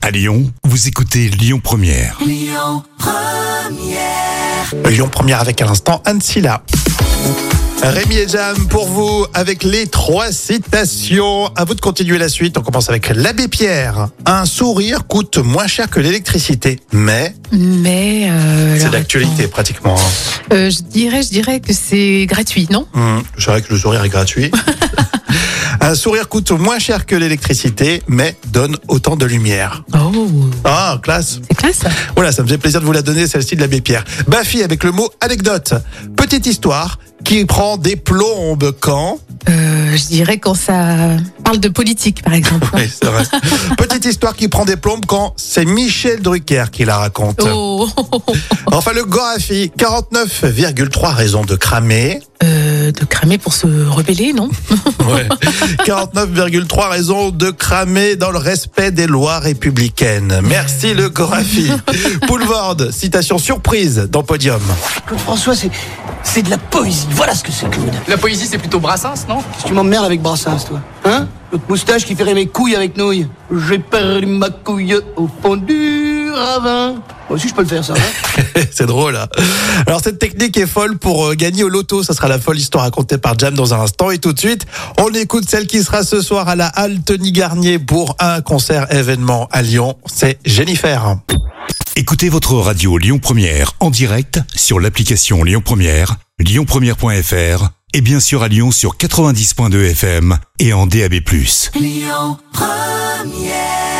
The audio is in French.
À Lyon, vous écoutez Lyon Première. Lyon Première. Lyon Première avec à l'instant Anne Silla. Rémi et Jam pour vous avec les 3 citations. À vous de continuer la suite. On commence avec l'abbé Pierre. Un sourire coûte moins cher que l'électricité, mais c'est alors, d'actualité pratiquement. je dirais que c'est gratuit, non? Je dirais que le sourire est gratuit. Un sourire coûte moins cher que l'électricité, mais donne autant de lumière. Oh, Ah, classe. c'est classe. Voilà, ça me fait plaisir de vous la donner, celle-ci de l'abbé Pierre. Baffy avec le mot anecdote. Petite histoire qui prend des plombes quand... Je dirais quand ça parle de politique, par exemple. Oui, c'est vrai. Petite histoire qui prend des plombes quand c'est Michel Drucker qui la raconte. Oh, Enfin, le Gorafi, 49,3 raisons de cramer. de cramer pour se rebeller, non? Ouais. 49,3 raisons de cramer dans le respect des lois républicaines. Merci le Gorafi. Poulvord, citation surprise dans Podium. Claude François, c'est de la poésie. Voilà ce que c'est, Claude. La poésie, c'est plutôt Brassens, non? Tu m'emmerdes avec Brassens, toi. Hein? L'autre moustache qui ferait mes couilles avec nouilles. J'ai perdu ma couille au fond du ravin. Moi aussi, je peux le faire, ça. Hein? C'est drôle, hein. Alors, cette technique est folle pour gagner au loto. Ça sera la folle histoire racontée par Jam dans un instant. Et tout de suite, on écoute celle qui sera ce soir à la Halle Tony Garnier pour un concert événement à Lyon. C'est Jennifer. Écoutez votre radio Lyon Première en direct sur l'application Lyon Première, lyonpremière.fr et bien sûr à Lyon sur 90.2 FM et en DAB+. Lyon Première.